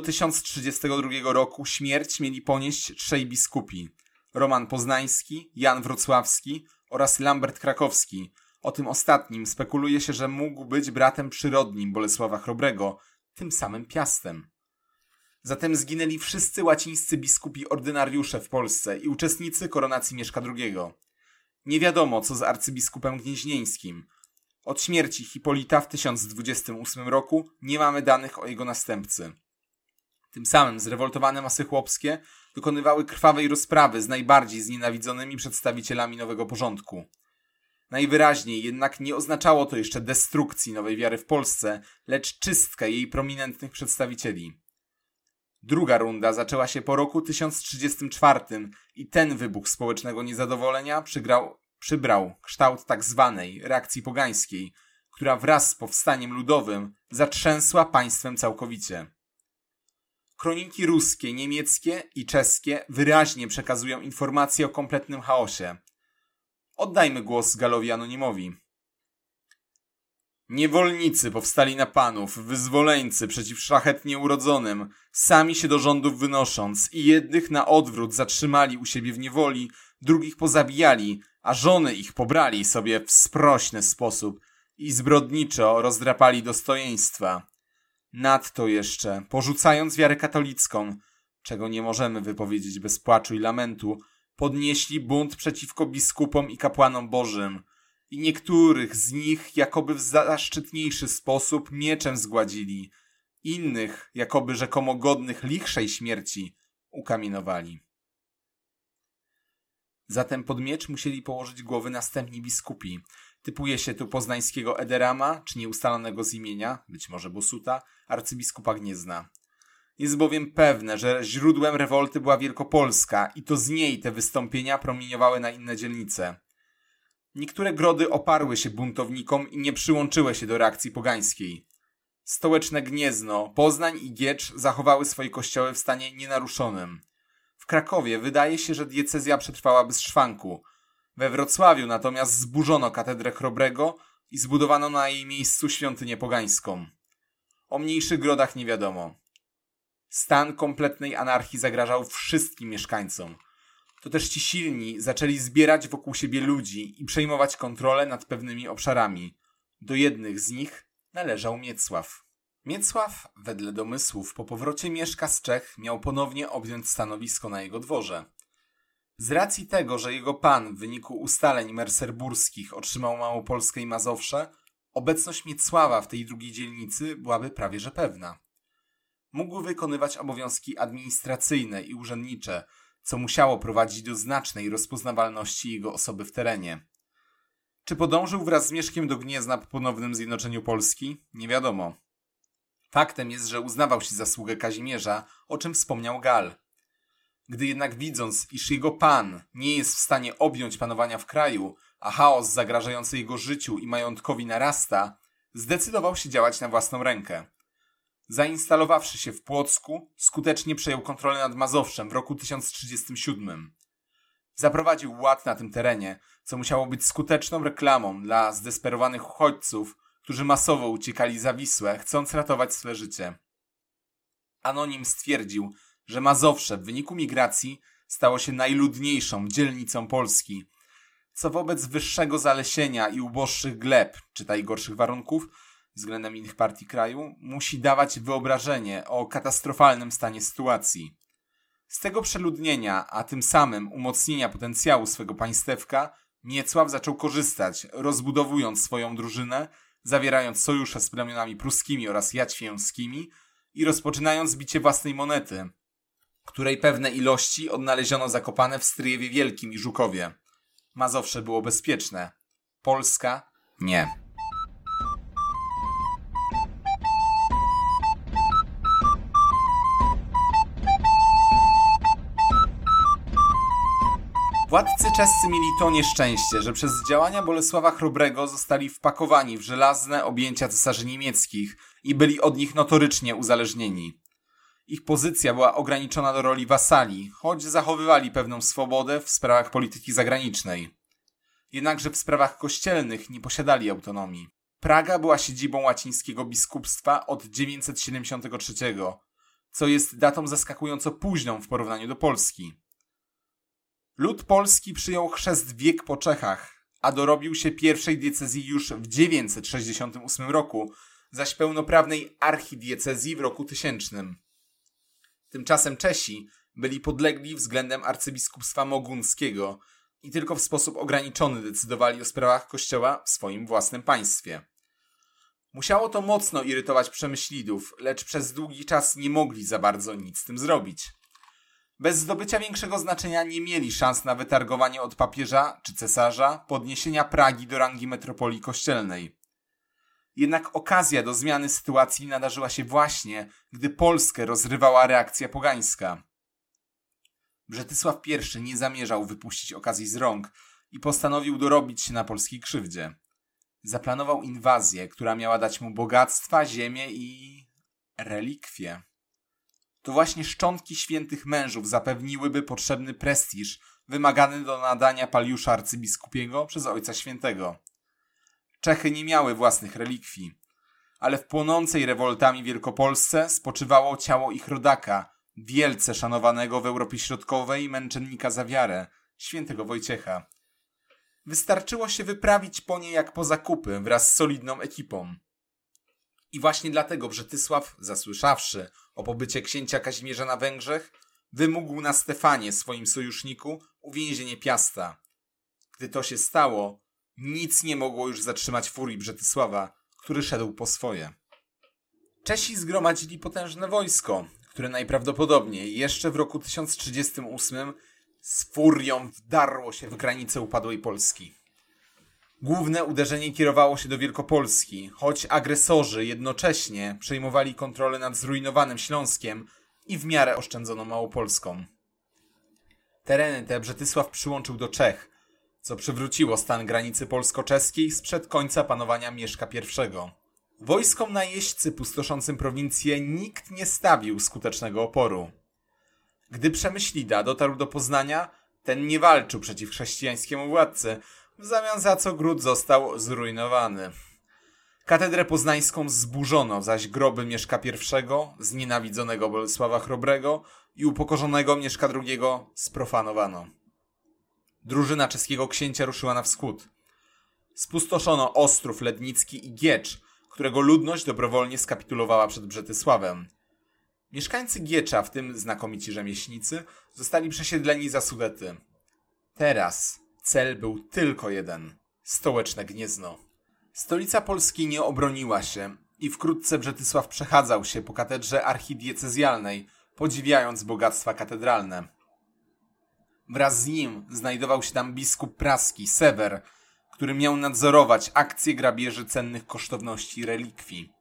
1032 roku śmierć mieli ponieść 3 biskupi: Roman Poznański, Jan Wrocławski oraz Lambert Krakowski. O tym ostatnim spekuluje się, że mógł być bratem przyrodnim Bolesława Chrobrego, tym samym Piastem. Zatem zginęli wszyscy łacińscy biskupi ordynariusze w Polsce i uczestnicy koronacji Mieszka II. Nie wiadomo, co z arcybiskupem gnieźnieńskim. Od śmierci Hipolita w 1028 roku nie mamy danych o jego następcy. Tym samym zrewoltowane masy chłopskie dokonywały krwawej rozprawy z najbardziej znienawidzonymi przedstawicielami nowego porządku. Najwyraźniej jednak nie oznaczało to jeszcze destrukcji nowej wiary w Polsce, lecz czystkę jej prominentnych przedstawicieli. Druga runda zaczęła się po roku 1034 i ten wybuch społecznego niezadowolenia przybrał kształt tak zwanej reakcji pogańskiej, która wraz z powstaniem ludowym zatrzęsła państwem całkowicie. Kroniki ruskie, niemieckie i czeskie wyraźnie przekazują informacje o kompletnym chaosie. Oddajmy głos Galowi Anonimowi. Niewolnicy powstali na panów, wyzwoleńcy przeciw szlachetnie urodzonym, sami się do rządów wynosząc i jednych na odwrót zatrzymali u siebie w niewoli, drugich pozabijali, a żony ich pobrali sobie w sprośny sposób i zbrodniczo rozdrapali dostojeństwa. Nadto jeszcze, porzucając wiarę katolicką, czego nie możemy wypowiedzieć bez płaczu i lamentu, podnieśli bunt przeciwko biskupom i kapłanom bożym i niektórych z nich jakoby w zaszczytniejszy sposób mieczem zgładzili, innych, jakoby rzekomo godnych lichszej śmierci, ukamienowali. Zatem pod miecz musieli położyć głowy następni biskupi. Typuje się tu poznańskiego Ederama, czy nieustalonego z imienia, być może Bosuta, arcybiskupa Gniezna. Jest bowiem pewne, że źródłem rewolty była Wielkopolska i to z niej te wystąpienia promieniowały na inne dzielnice. Niektóre grody oparły się buntownikom i nie przyłączyły się do reakcji pogańskiej. Stołeczne Gniezno, Poznań i Giecz zachowały swoje kościoły w stanie nienaruszonym. W Krakowie wydaje się, że diecezja przetrwała bez szwanku. We Wrocławiu natomiast zburzono katedrę Chrobrego i zbudowano na jej miejscu świątynię pogańską. O mniejszych grodach nie wiadomo. Stan kompletnej anarchii zagrażał wszystkim mieszkańcom. To też ci silni zaczęli zbierać wokół siebie ludzi i przejmować kontrolę nad pewnymi obszarami. Do jednych z nich należał Miecław. Miecław, wedle domysłów, po powrocie Mieszka z Czech miał ponownie objąć stanowisko na jego dworze. Z racji tego, że jego pan w wyniku ustaleń merserburskich otrzymał Małopolskę i Mazowsze, obecność Miecława w tej drugiej dzielnicy byłaby prawie że pewna. Mógł wykonywać obowiązki administracyjne i urzędnicze, co musiało prowadzić do znacznej rozpoznawalności jego osoby w terenie. Czy podążył wraz z Mieszkiem do Gniezna po ponownym zjednoczeniu Polski? Nie wiadomo. Faktem jest, że uznawał się zasługę Kazimierza, o czym wspomniał Gall. Gdy jednak widząc, iż jego pan nie jest w stanie objąć panowania w kraju, a chaos zagrażający jego życiu i majątkowi narasta, zdecydował się działać na własną rękę. Zainstalowawszy się w Płocku, skutecznie przejął kontrolę nad Mazowszem w roku 1037. Zaprowadził ład na tym terenie, co musiało być skuteczną reklamą dla zdesperowanych uchodźców, którzy masowo uciekali za Wisłę, chcąc ratować swe życie. Anonim stwierdził, że Mazowsze w wyniku migracji stało się najludniejszą dzielnicą Polski, co wobec wyższego zalesienia i uboższych gleb, czytaj gorszych warunków, względem innych partii kraju, musi dawać wyobrażenie o katastrofalnym stanie sytuacji. Z tego przeludnienia, a tym samym umocnienia potencjału swego państewka, Miecław zaczął korzystać, rozbudowując swoją drużynę, zawierając sojusze z plemionami pruskimi oraz jaćwieńskimi i rozpoczynając bicie własnej monety, której pewne ilości odnaleziono zakopane w Stryjewie Wielkim i Żukowie. Mazowsze było bezpieczne. Polska nie. Władcy czescy mieli to nieszczęście, że przez działania Bolesława Chrobrego zostali wpakowani w żelazne objęcia cesarzy niemieckich i byli od nich notorycznie uzależnieni. Ich pozycja była ograniczona do roli wasali, choć zachowywali pewną swobodę w sprawach polityki zagranicznej. Jednakże w sprawach kościelnych nie posiadali autonomii. Praga była siedzibą łacińskiego biskupstwa od 973, co jest datą zaskakująco późną w porównaniu do Polski. Lud polski przyjął chrzest wiek po Czechach, a dorobił się pierwszej diecezji już w 968 roku, zaś pełnoprawnej archidiecezji w roku 1000. Tymczasem Czesi byli podlegli względem arcybiskupstwa mogunckiego i tylko w sposób ograniczony decydowali o sprawach kościoła w swoim własnym państwie. Musiało to mocno irytować Przemyślidów, lecz przez długi czas nie mogli za bardzo nic z tym zrobić. Bez zdobycia większego znaczenia nie mieli szans na wytargowanie od papieża czy cesarza podniesienia Pragi do rangi metropolii kościelnej. Jednak okazja do zmiany sytuacji nadarzyła się właśnie, gdy Polskę rozrywała reakcja pogańska. Brzetysław I nie zamierzał wypuścić okazji z rąk i postanowił dorobić się na polskiej krzywdzie. Zaplanował inwazję, która miała dać mu bogactwa, ziemię i relikwie. To właśnie szczątki świętych mężów zapewniłyby potrzebny prestiż wymagany do nadania paliusza arcybiskupiego przez Ojca Świętego. Czechy nie miały własnych relikwii, ale w płonącej rewoltami Wielkopolsce spoczywało ciało ich rodaka, wielce szanowanego w Europie Środkowej męczennika za wiarę, świętego Wojciecha. Wystarczyło się wyprawić po nie jak po zakupy wraz z solidną ekipą. I właśnie dlatego Brzetysław, zasłyszawszy o pobycie księcia Kazimierza na Węgrzech, wymógł na Stefanie, swoim sojuszniku, uwięzienie Piasta. Gdy to się stało, nic nie mogło już zatrzymać furii Brzetysława, który szedł po swoje. Czesi zgromadzili potężne wojsko, które najprawdopodobniej jeszcze w roku 1038 z furią wdarło się w granice upadłej Polski. Główne uderzenie kierowało się do Wielkopolski, choć agresorzy jednocześnie przejmowali kontrolę nad zrujnowanym Śląskiem i w miarę oszczędzoną Małopolską. Tereny te Brzetysław przyłączył do Czech, co przywróciło stan granicy polsko-czeskiej sprzed końca panowania Mieszka I. Wojskom najeźdźcy pustoszącym prowincję nikt nie stawił skutecznego oporu. Gdy Przemyślida dotarł do Poznania, Ten nie walczył przeciw chrześcijańskiemu władcy, w zamian za co gród został zrujnowany. Katedrę poznańską zburzono, zaś groby Mieszka I, znienawidzonego Bolesława Chrobrego i upokorzonego Mieszka II sprofanowano. Drużyna czeskiego księcia ruszyła na wschód. Spustoszono Ostrów Lednicki i Giecz, którego ludność dobrowolnie skapitulowała przed Brzetysławem. Mieszkańcy Giecza, w tym znakomici rzemieślnicy, zostali przesiedleni za Sudety. Teraz cel był tylko jeden – stołeczne Gniezno. Stolica Polski nie obroniła się i wkrótce Brzetysław przechadzał się po katedrze archidiecezjalnej, podziwiając bogactwa katedralne. Wraz z nim znajdował się tam biskup praski, Sewer, który miał nadzorować akcję grabieży cennych kosztowności i relikwii.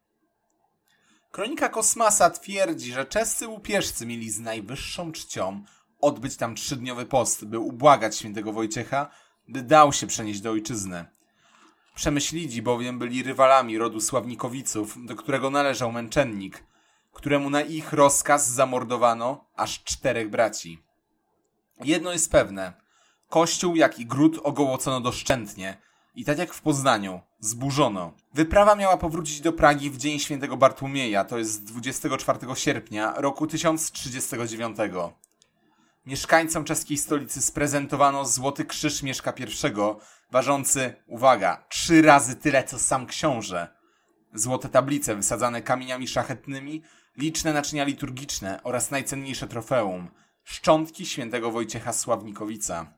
Kronika Kosmasa twierdzi, że czescy łupieżcy mieli z najwyższą czcią odbyć tam 3-dniowy post, by ubłagać świętego Wojciecha, by dał się przenieść do ojczyzny. Przemyślidzi bowiem byli rywalami rodu Sławnikowiców, do którego należał męczennik, któremu na ich rozkaz zamordowano aż 4 braci. Jedno jest pewne. Kościół, jak i gród ogołocono doszczętnie i tak jak w Poznaniu, zburzono. Wyprawa miała powrócić do Pragi w dzień świętego Bartłomieja, to jest 24 sierpnia roku 1039. Mieszkańcom czeskiej stolicy sprezentowano Złoty Krzyż Mieszka I, ważący, uwaga, 3 razy tyle co sam książę. Złote tablice wysadzane kamieniami szlachetnymi, liczne naczynia liturgiczne oraz najcenniejsze trofeum – szczątki świętego Wojciecha Sławnikowica.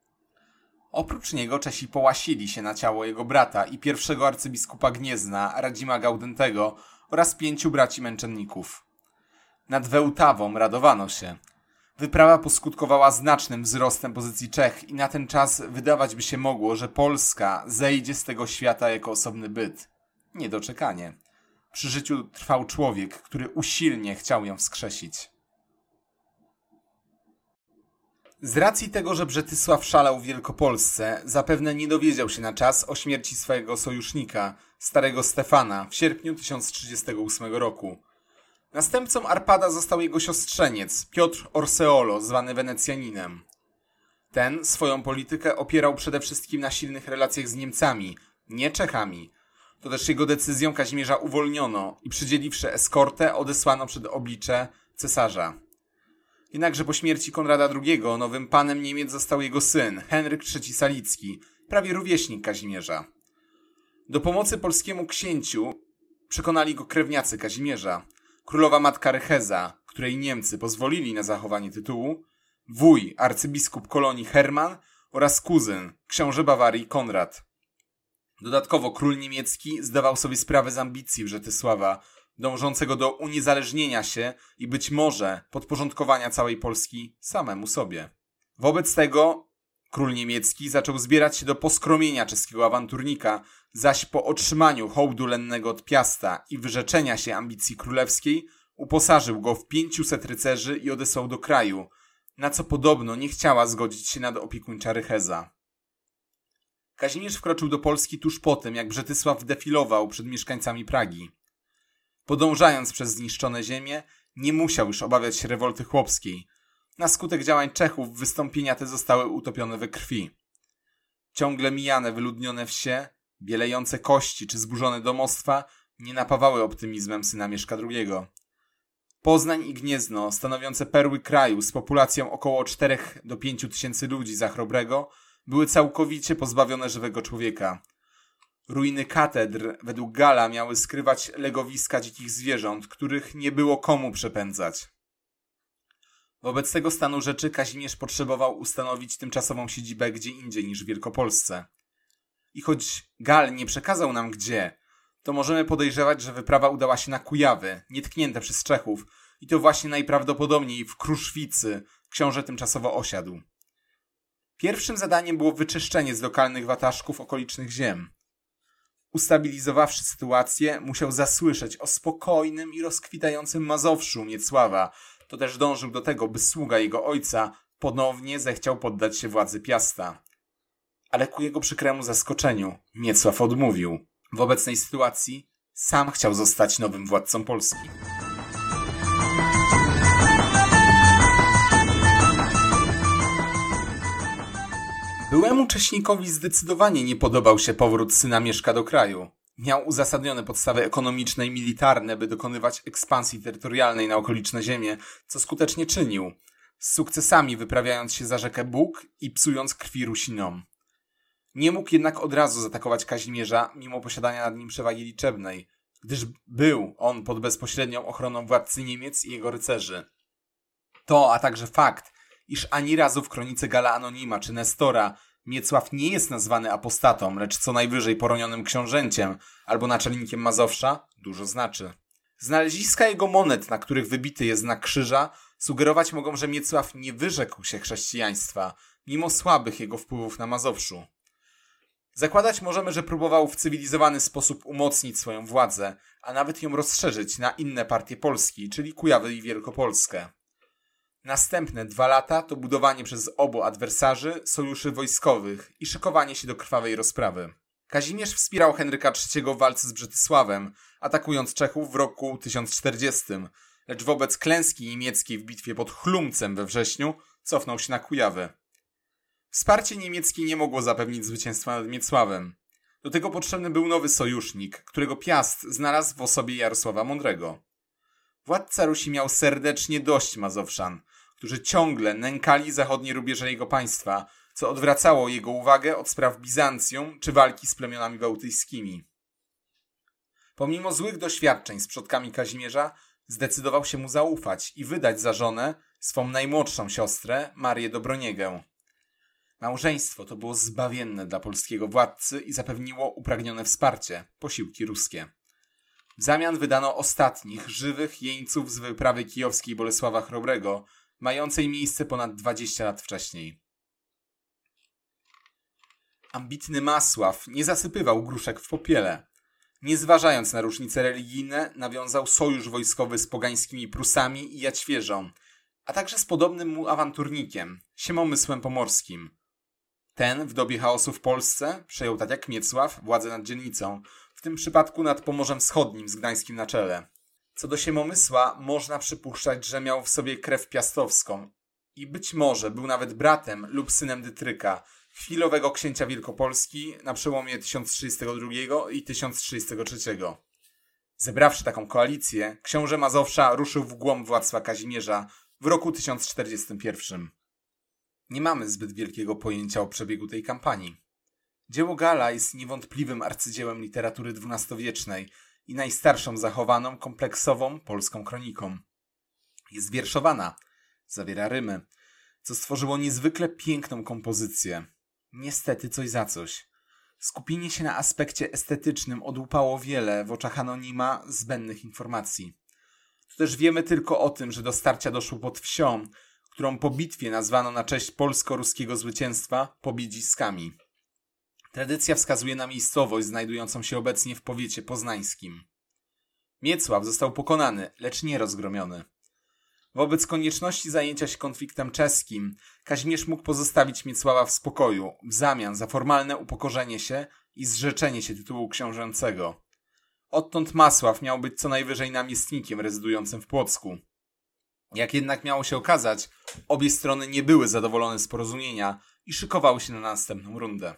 Oprócz niego Czesi połasili się na ciało jego brata i pierwszego arcybiskupa Gniezna, Radzima Gaudentego oraz 5 braci męczenników. Nad Wełtawą radowano się. Wyprawa poskutkowała znacznym wzrostem pozycji Czech i na ten czas wydawać by się mogło, że Polska zejdzie z tego świata jako osobny byt. Niedoczekanie. Przy życiu trwał człowiek, który usilnie chciał ją wskrzesić. Z racji tego, że Brzetysław szalał w Wielkopolsce, zapewne nie dowiedział się na czas o śmierci swojego sojusznika, starego Stefana, w sierpniu 1038 roku. Następcą Arpada został jego siostrzeniec, Piotr Orseolo, zwany Wenecjaninem. Ten swoją politykę opierał przede wszystkim na silnych relacjach z Niemcami, nie Czechami. To też jego decyzją Kazimierza uwolniono i przydzieliwszy eskortę odesłano przed oblicze cesarza. Jednakże po śmierci Konrada II nowym panem Niemiec został jego syn, Henryk III Salicki, prawie rówieśnik Kazimierza. Do pomocy polskiemu księciu przekonali go krewniacy Kazimierza, królowa matka Rycheza, której Niemcy pozwolili na zachowanie tytułu, wuj, arcybiskup Kolonii Herman oraz kuzyn, książę Bawarii Konrad. Dodatkowo król niemiecki zdawał sobie sprawę z ambicji Brzetysława, dążącego do uniezależnienia się i być może podporządkowania całej Polski samemu sobie. Wobec tego król niemiecki zaczął zbierać się do poskromienia czeskiego awanturnika, zaś po otrzymaniu hołdu lennego od Piasta i wyrzeczenia się ambicji królewskiej uposażył go w 500 rycerzy i odesłał do kraju, na co podobno nie chciała zgodzić się nadopiekuńcza Rycheza. Kazimierz wkroczył do Polski tuż po tym, jak Brzetysław defilował przed mieszkańcami Pragi. Podążając przez zniszczone ziemie, nie musiał już obawiać się rewolty chłopskiej. Na skutek działań Czechów wystąpienia te zostały utopione we krwi. Ciągle mijane wyludnione wsie, bielejące kości czy zburzone domostwa nie napawały optymizmem syna Mieszka II. Poznań i Gniezno, stanowiące perły kraju z populacją około 4 do 5 tysięcy ludzi za Chrobrego, były całkowicie pozbawione żywego człowieka. Ruiny katedr według Gala miały skrywać legowiska dzikich zwierząt, których nie było komu przepędzać. Wobec tego stanu rzeczy Kazimierz potrzebował ustanowić tymczasową siedzibę gdzie indziej niż w Wielkopolsce. I choć Gal nie przekazał nam gdzie, to możemy podejrzewać, że wyprawa udała się na Kujawy, nietknięte przez Czechów, i to właśnie najprawdopodobniej w Kruszwicy książę tymczasowo osiadł. Pierwszym zadaniem było wyczyszczenie z lokalnych wataszków okolicznych ziem. Ustabilizowawszy sytuację, musiał zasłyszeć o spokojnym i rozkwitającym Mazowszu Miecława. To też dążył do tego, by sługa jego ojca ponownie zechciał poddać się władzy Piasta. Ale ku jego przykremu zaskoczeniu Miecław odmówił. W obecnej sytuacji sam chciał zostać nowym władcą Polski. Byłemu Cześnikowi zdecydowanie nie podobał się powrót syna Mieszka do kraju. Miał uzasadnione podstawy ekonomiczne i militarne, by dokonywać ekspansji terytorialnej na okoliczne ziemie, co skutecznie czynił, z sukcesami wyprawiając się za rzekę Bug i psując krwi Rusinom. Nie mógł jednak od razu zaatakować Kazimierza, mimo posiadania nad nim przewagi liczebnej, gdyż był on pod bezpośrednią ochroną władcy Niemiec i jego rycerzy. To, a także fakt, iż ani razu w kronice Galla Anonima czy Nestora Miecław nie jest nazwany apostatą, lecz co najwyżej poronionym książęciem albo naczelnikiem Mazowsza, dużo znaczy. Znaleziska jego monet, na których wybity jest znak krzyża, sugerować mogą, że Miecław nie wyrzekł się chrześcijaństwa, mimo słabych jego wpływów na Mazowszu. Zakładać możemy, że próbował w cywilizowany sposób umocnić swoją władzę, a nawet ją rozszerzyć na inne partie Polski, czyli Kujawy i Wielkopolskę. Następne 2 lata to budowanie przez obu adwersarzy sojuszy wojskowych i szykowanie się do krwawej rozprawy. Kazimierz wspierał Henryka III w walce z Brzetysławem, atakując Czechów w roku 1040, lecz wobec klęski niemieckiej w bitwie pod Chlumcem we wrześniu cofnął się na Kujawy. Wsparcie niemieckie nie mogło zapewnić zwycięstwa nad Miecławem. Do tego potrzebny był nowy sojusznik, którego Piast znalazł w osobie Jarosława Mądrego. Władca Rusi miał serdecznie dość Mazowszan, którzy ciągle nękali zachodnie rubieże jego państwa, co odwracało jego uwagę od spraw Bizancjum czy walki z plemionami bałtyckimi. Pomimo złych doświadczeń z przodkami Kazimierza, zdecydował się mu zaufać i wydać za żonę swą najmłodszą siostrę, Marię Dobroniegę. Małżeństwo to było zbawienne dla polskiego władcy i zapewniło upragnione wsparcie, posiłki ruskie. W zamian wydano ostatnich, żywych jeńców z wyprawy kijowskiej Bolesława Chrobrego, mającej miejsce ponad 20 lat wcześniej. Ambitny Masław nie zasypywał gruszek w popiele. Nie zważając na różnice religijne, nawiązał sojusz wojskowy z pogańskimi Prusami i Jaćwierzą, a także z podobnym mu awanturnikiem, Siemomysłem Pomorskim. Ten w dobie chaosu w Polsce przejął tak jak Miecław władzę nad dzielnicą, w tym przypadku nad Pomorzem Wschodnim z Gdańskim na czele. Co do Siemomysła, można przypuszczać, że miał w sobie krew piastowską i być może był nawet bratem lub synem Dytryka, chwilowego księcia Wielkopolski na przełomie 1032 i 1033. Zebrawszy taką koalicję, książę Mazowsza ruszył w głąb władztwa Kazimierza w roku 1041. Nie mamy zbyt wielkiego pojęcia o przebiegu tej kampanii. Dzieło Galla jest niewątpliwym arcydziełem literatury XII-wiecznej i najstarszą zachowaną, kompleksową polską kroniką. Jest wierszowana, zawiera rymy, co stworzyło niezwykle piękną kompozycję. Niestety coś za coś. Skupienie się na aspekcie estetycznym odłupało wiele w oczach Anonima zbędnych informacji. Tu też wiemy tylko o tym, że do starcia doszło pod wsią, którą po bitwie nazwano na cześć polsko-ruskiego zwycięstwa Pobiedziskami. Tradycja wskazuje na miejscowość znajdującą się obecnie w powiecie poznańskim. Miecław został pokonany, lecz nie rozgromiony. Wobec konieczności zajęcia się konfliktem czeskim, Kazimierz mógł pozostawić Miecława w spokoju w zamian za formalne upokorzenie się i zrzeczenie się tytułu książęcego. Odtąd Masław miał być co najwyżej namiestnikiem rezydującym w Płocku. Jak jednak miało się okazać, obie strony nie były zadowolone z porozumienia i szykowały się na następną rundę.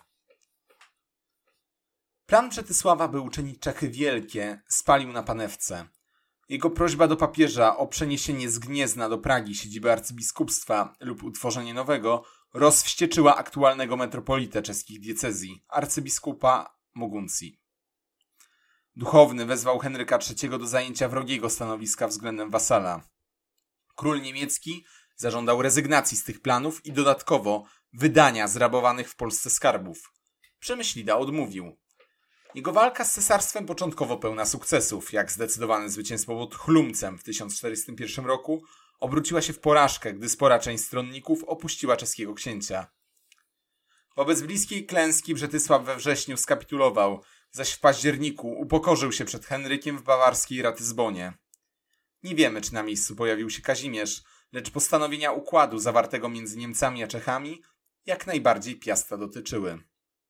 Plan Brzetysława, by uczynić Czechy wielkie, spalił na panewce. Jego prośba do papieża o przeniesienie z Gniezna do Pragi siedziby arcybiskupstwa lub utworzenie nowego rozwścieczyła aktualnego metropolitę czeskich diecezji, arcybiskupa Moguncji. Duchowny wezwał Henryka III do zajęcia wrogiego stanowiska względem wasala. Król niemiecki zażądał rezygnacji z tych planów i dodatkowo wydania zrabowanych w Polsce skarbów. Przemyślida odmówił. Jego walka z cesarstwem początkowo pełna sukcesów, jak zdecydowane zwycięstwo pod Chlumcem w 1041 roku, obróciła się w porażkę, gdy spora część stronników opuściła czeskiego księcia. Wobec bliskiej klęski Brzetysław we wrześniu skapitulował, zaś w październiku upokorzył się przed Henrykiem w bawarskiej Ratyzbonie. Nie wiemy, czy na miejscu pojawił się Kazimierz, lecz postanowienia układu zawartego między Niemcami a Czechami jak najbardziej Piasta dotyczyły.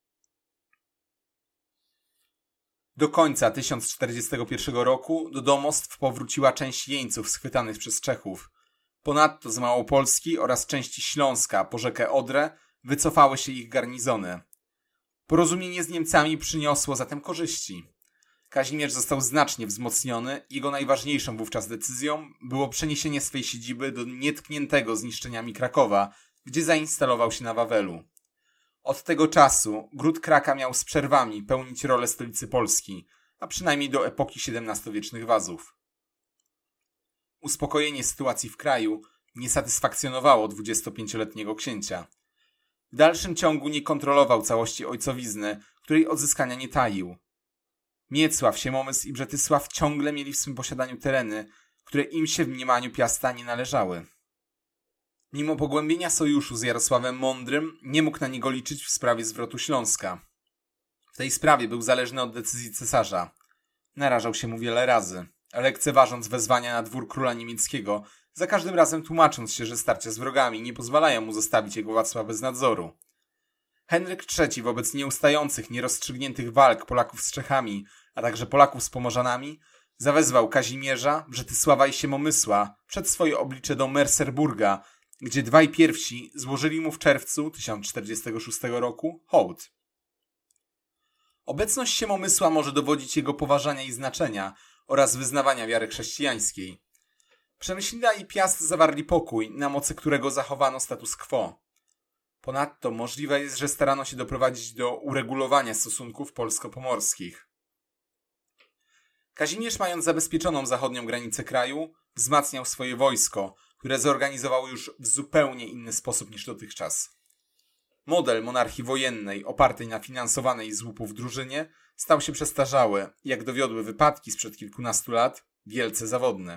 Do końca 1041 roku do domostw powróciła część jeńców schwytanych przez Czechów. Ponadto z Małopolski oraz części Śląska po rzekę Odrę wycofały się ich garnizony. Porozumienie z Niemcami przyniosło zatem korzyści. Kazimierz został znacznie wzmocniony. Jego najważniejszą wówczas decyzją było przeniesienie swej siedziby do nietkniętego zniszczeniami Krakowa, gdzie zainstalował się na Wawelu. Od tego czasu gród Kraka miał z przerwami pełnić rolę stolicy Polski, a przynajmniej do epoki XVII-wiecznych Wazów. Uspokojenie sytuacji w kraju nie satysfakcjonowało 25-letniego księcia. W dalszym ciągu nie kontrolował całości ojcowizny, której odzyskania nie taił. Miecław, Siemomysł i Brzetysław ciągle mieli w swym posiadaniu tereny, które im się w mniemaniu Piasta nie należały. Mimo pogłębienia sojuszu z Jarosławem Mądrym, nie mógł na niego liczyć w sprawie zwrotu Śląska. W tej sprawie był zależny od decyzji cesarza. Narażał się mu wiele razy, lekceważąc wezwania na dwór króla niemieckiego, za każdym razem tłumacząc się, że starcia z wrogami nie pozwalają mu zostawić jego władstwa bez nadzoru. Henryk III wobec nieustających, nierozstrzygniętych walk Polaków z Czechami, a także Polaków z Pomorzanami, zawezwał Kazimierza, Brzetysława i Siemomysła przed swoje oblicze do Merseburga, gdzie dwaj pierwsi złożyli mu w czerwcu 1046 roku hołd. Obecność Siemomysła może dowodzić jego poważania i znaczenia oraz wyznawania wiary chrześcijańskiej. Przemyślina i Piast zawarli pokój, na mocy którego zachowano status quo. Ponadto możliwe jest, że starano się doprowadzić do uregulowania stosunków polsko-pomorskich. Kazimierz, mając zabezpieczoną zachodnią granicę kraju, wzmacniał swoje wojsko, które zorganizował już w zupełnie inny sposób niż dotychczas. Model monarchii wojennej, opartej na finansowanej z łupów drużynie, stał się przestarzały, jak dowiodły wypadki sprzed kilkunastu lat, wielce zawodny.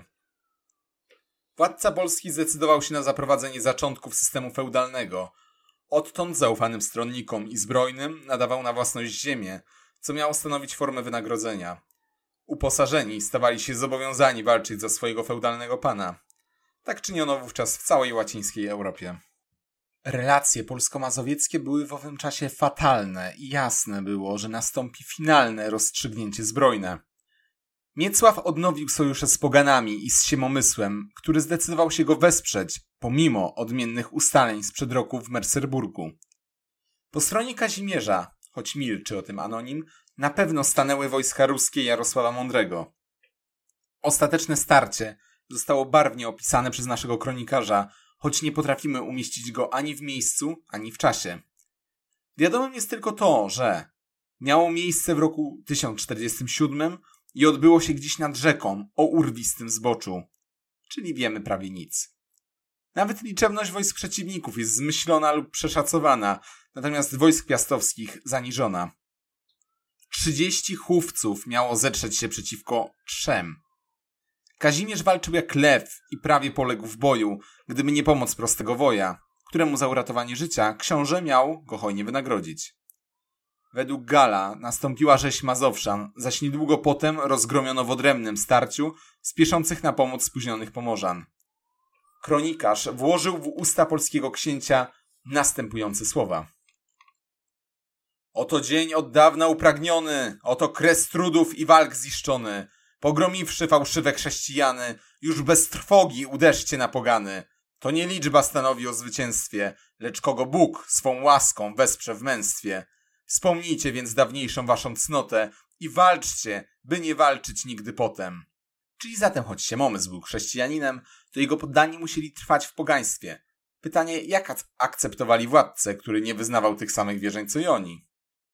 Władca Polski zdecydował się na zaprowadzenie zaczątków systemu feudalnego. Odtąd zaufanym stronnikom i zbrojnym nadawał na własność ziemię, co miało stanowić formę wynagrodzenia. Uposażeni stawali się zobowiązani walczyć za swojego feudalnego pana. Tak czyniono wówczas w całej łacińskiej Europie. Relacje polsko-mazowieckie były w owym czasie fatalne i jasne było, że nastąpi finalne rozstrzygnięcie zbrojne. Miecław odnowił sojusze z poganami i z Siemomysłem, który zdecydował się go wesprzeć, pomimo odmiennych ustaleń sprzed roku w Merseburgu. Po stronie Kazimierza, choć milczy o tym anonim, na pewno stanęły wojska ruskie Jarosława Mądrego. Ostateczne starcie zostało barwnie opisane przez naszego kronikarza, choć nie potrafimy umieścić go ani w miejscu, ani w czasie. Wiadomym jest tylko to, że miało miejsce w roku 1047 i odbyło się gdzieś nad rzeką o urwistym zboczu, czyli wiemy prawie nic. Nawet liczebność wojsk przeciwników jest zmyślona lub przeszacowana, natomiast wojsk piastowskich zaniżona. 30 chówców miało zetrzeć się przeciwko 3. Kazimierz walczył jak lew i prawie poległ w boju, gdyby nie pomoc prostego woja, któremu za uratowanie życia książę miał go hojnie wynagrodzić. Według Gala nastąpiła rzeź Mazowszan, zaś niedługo potem rozgromiono w odrębnym starciu spieszących na pomoc spóźnionych Pomorzan. Kronikarz włożył w usta polskiego księcia następujące słowa. Oto dzień od dawna upragniony, oto kres trudów i walk ziszczony. Pogromiwszy fałszywe chrześcijany, już bez trwogi uderzcie na pogany. To nie liczba stanowi o zwycięstwie, lecz kogo Bóg swą łaską wesprze w męstwie. Wspomnijcie więc dawniejszą waszą cnotę i walczcie, by nie walczyć nigdy potem. Czyli zatem, choć Siemomysł był chrześcijaninem, to jego poddani musieli trwać w pogaństwie. Pytanie, jak akceptowali władcę, który nie wyznawał tych samych wierzeń co i oni?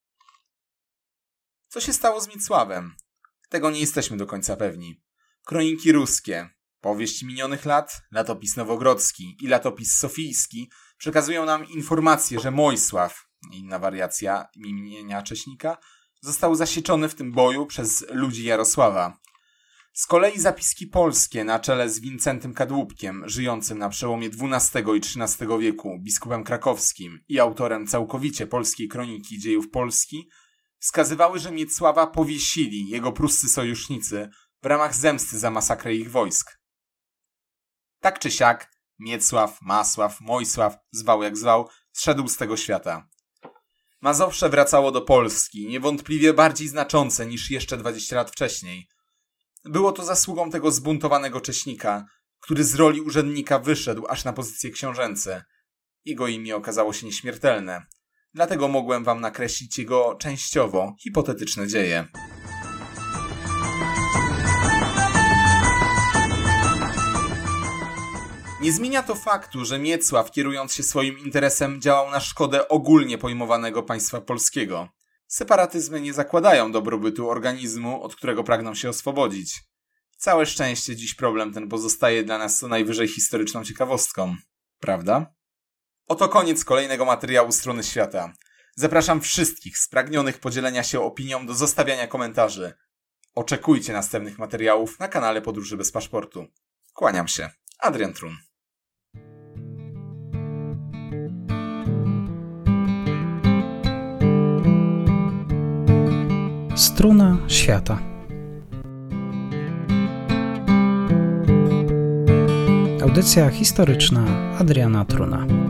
Co się stało z Miecławem? Tego nie jesteśmy do końca pewni. Kroniki ruskie, powieść minionych lat, latopis nowogrodzki i latopis sofijski przekazują nam informację, że Mojsław, inna wariacja imienia Cześnika, został zasieczony w tym boju przez ludzi Jarosława. Z kolei zapiski polskie na czele z Wincentym Kadłubkiem, żyjącym na przełomie XII i XIII wieku, biskupem krakowskim i autorem całkowicie polskiej kroniki dziejów Polski, wskazywały, że Miecława powiesili jego pruscy sojusznicy w ramach zemsty za masakrę ich wojsk. Tak czy siak, Miecław, Masław, Mojsław, zwał jak zwał, zszedł z tego świata. Mazowsze wracało do Polski, niewątpliwie bardziej znaczące niż jeszcze 20 lat wcześniej. Było to zasługą tego zbuntowanego Cześnika, który z roli urzędnika wyszedł aż na pozycje książęce. Jego imię okazało się nieśmiertelne. Dlatego mogłem wam nakreślić jego częściowo hipotetyczne dzieje. Nie zmienia to faktu, że Miecław, kierując się swoim interesem, działał na szkodę ogólnie pojmowanego państwa polskiego. Separatyzmy nie zakładają dobrobytu organizmu, od którego pragną się oswobodzić. Całe szczęście dziś problem ten pozostaje dla nas co najwyżej historyczną ciekawostką. Prawda? Oto koniec kolejnego materiału Strony Świata. Zapraszam wszystkich spragnionych podzielenia się opinią do zostawiania komentarzy. Oczekujcie następnych materiałów na kanale Podróży bez paszportu. Kłaniam się. Adrian Trun. Struna Świata. Audycja historyczna Adriana Truna.